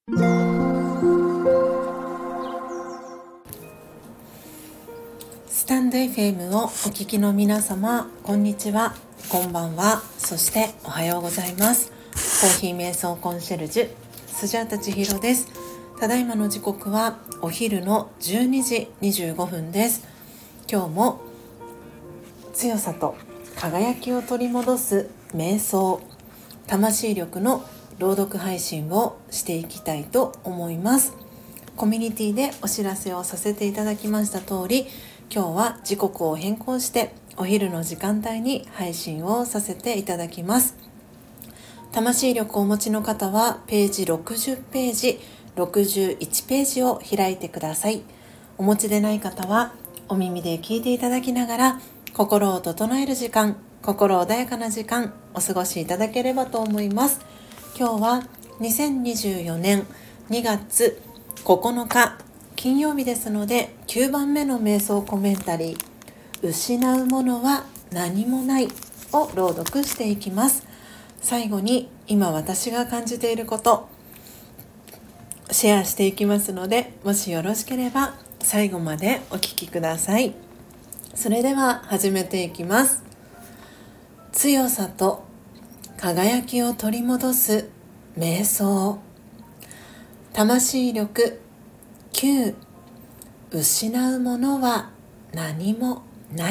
スタンド FM をお聞きの皆様、こんにちは、こんばんは、そしておはようございます。コーヒー瞑想コンシェルジュスジャータ千尋です。ただいまの時刻はお昼の12時25分です。今日も強さと輝きを取り戻す瞑想、魂力の朗読配信をしていきたいと思います。コミュニティでお知らせをさせていただきました通り、今日は時刻を変更してお昼の時間帯に配信をさせていただきます。魂力をお持ちの方はページ60ページ、61ページを開いてください。お持ちでない方はお耳で聞いていただきながら、心を整える時間、心穏やかな時間お過ごしいただければと思います。今日は2024年2月9日金曜日ですので、9番目の瞑想コメンタリー、失うものは何もないを朗読していきます。最後に今私が感じていることシェアしていきますので、もしよろしければ最後までお聞きください。それでは始めていきます。強さと輝きを取り戻す瞑想、魂力9、失うものは何もない。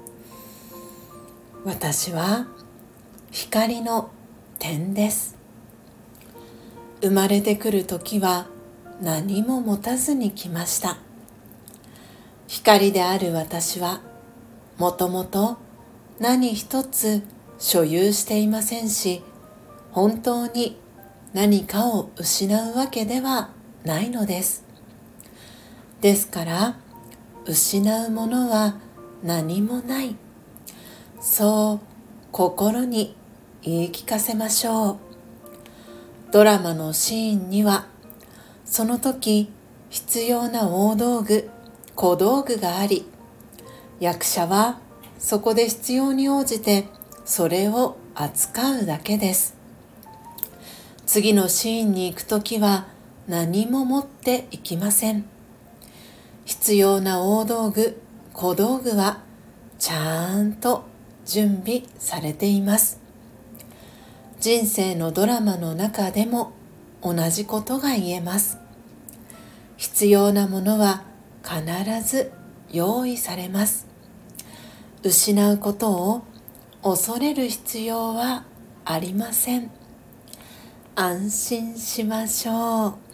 私は光の点です。生まれてくる時は何も持たずに来ました。光である私はもともと何一つ所有していませんし、本当に何かを失うわけではないのです。ですから失うものは何もない、そう心に言い聞かせましょう。ドラマのシーンにはその時必要な大道具、小道具があり、役者はそこで必要に応じてそれを扱うだけです。次のシーンに行くときは何も持っていきません。必要な大道具、小道具はちゃんと準備されています。人生のドラマの中でも同じことが言えます。必要なものは必ず用意されます。失うことを恐れる必要はありません。安心しましょう。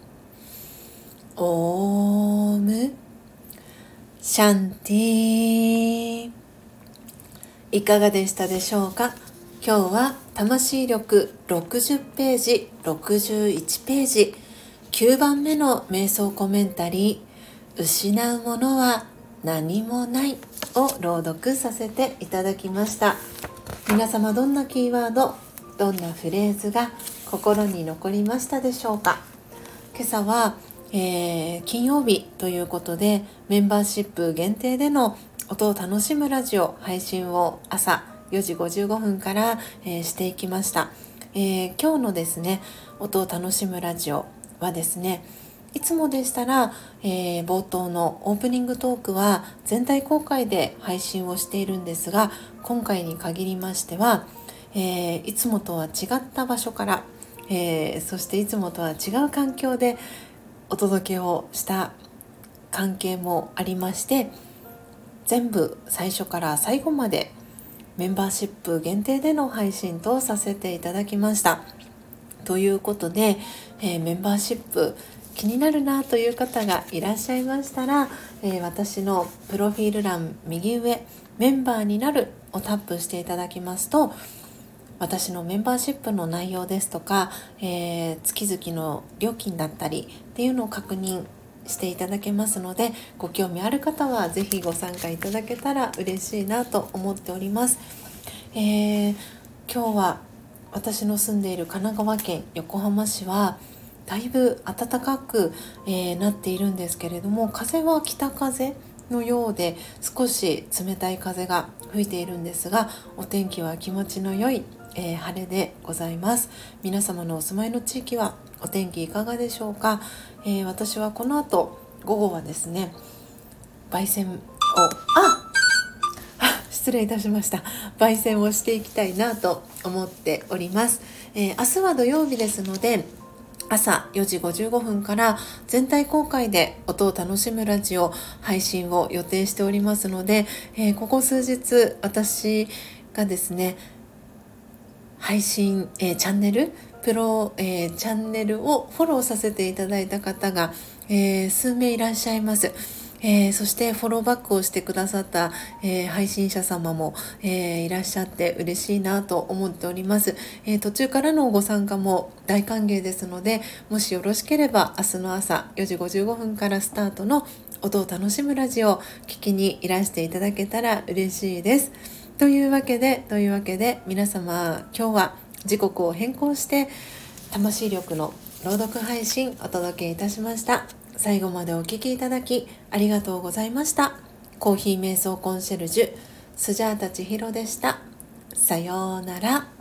オームシャンティ。いかがでしたでしょうか。今日は魂力60ページ、61ページ、9番目の瞑想コメンタリー、失うものは何もないを朗読させていただきました。皆様どんなキーワード、どんなフレーズが心に残りましたでしょうか。今朝は金曜日ということでメンバーシップ限定での音を楽しむラジオ配信を朝4時55分から、していきました。今日のですね、音を楽しむラジオはですね、いつもでしたら、冒頭のオープニングトークは全体公開で配信をしているんですが、今回に限りましては、いつもとは違った場所から、そしていつもとは違う環境でお届けをした関係もありまして、全部最初から最後までメンバーシップ限定での配信とさせていただきました。ということで、メンバーシップ気になるなという方がいらっしゃいましたら、私のプロフィール欄右上メンバーになるをタップしていただきますと、私のメンバーシップの内容ですとか、月々の料金だったりっていうのを確認していただけますので、ご興味ある方はぜひご参加いただけたら嬉しいなと思っております。今日は私の住んでいる神奈川県横浜市はだいぶ暖かく、なっているんですけれども、風は北風のようで少し冷たい風が吹いているんですが、お天気は気持ちの良い晴れでございます。皆様のお住まいの地域はお天気いかがでしょうか。私はこの後午後はですね、焙煎を失礼いたしました。焙煎をしていきたいなと思っております。明日は土曜日ですので、朝4時55分から全体公開で音を楽しむラジオ配信を予定しておりますので、ここ数日私がですね、配信、チャンネルチャンネルをフォローさせていただいた方が、数名いらっしゃいます。そしてフォローバックをしてくださった、配信者様も、いらっしゃって嬉しいなと思っております。途中からのご参加も大歓迎ですので、もしよろしければ明日の朝4時55分からスタートの音を楽しむラジオを聞きにいらしていただけたら嬉しいです。というわけで皆様、今日は時刻を変更して魂力の朗読配信お届けいたしました。最後までお聞きいただきありがとうございました。コーヒー瞑想コンシェルジュスジャータ千尋でした。さようなら。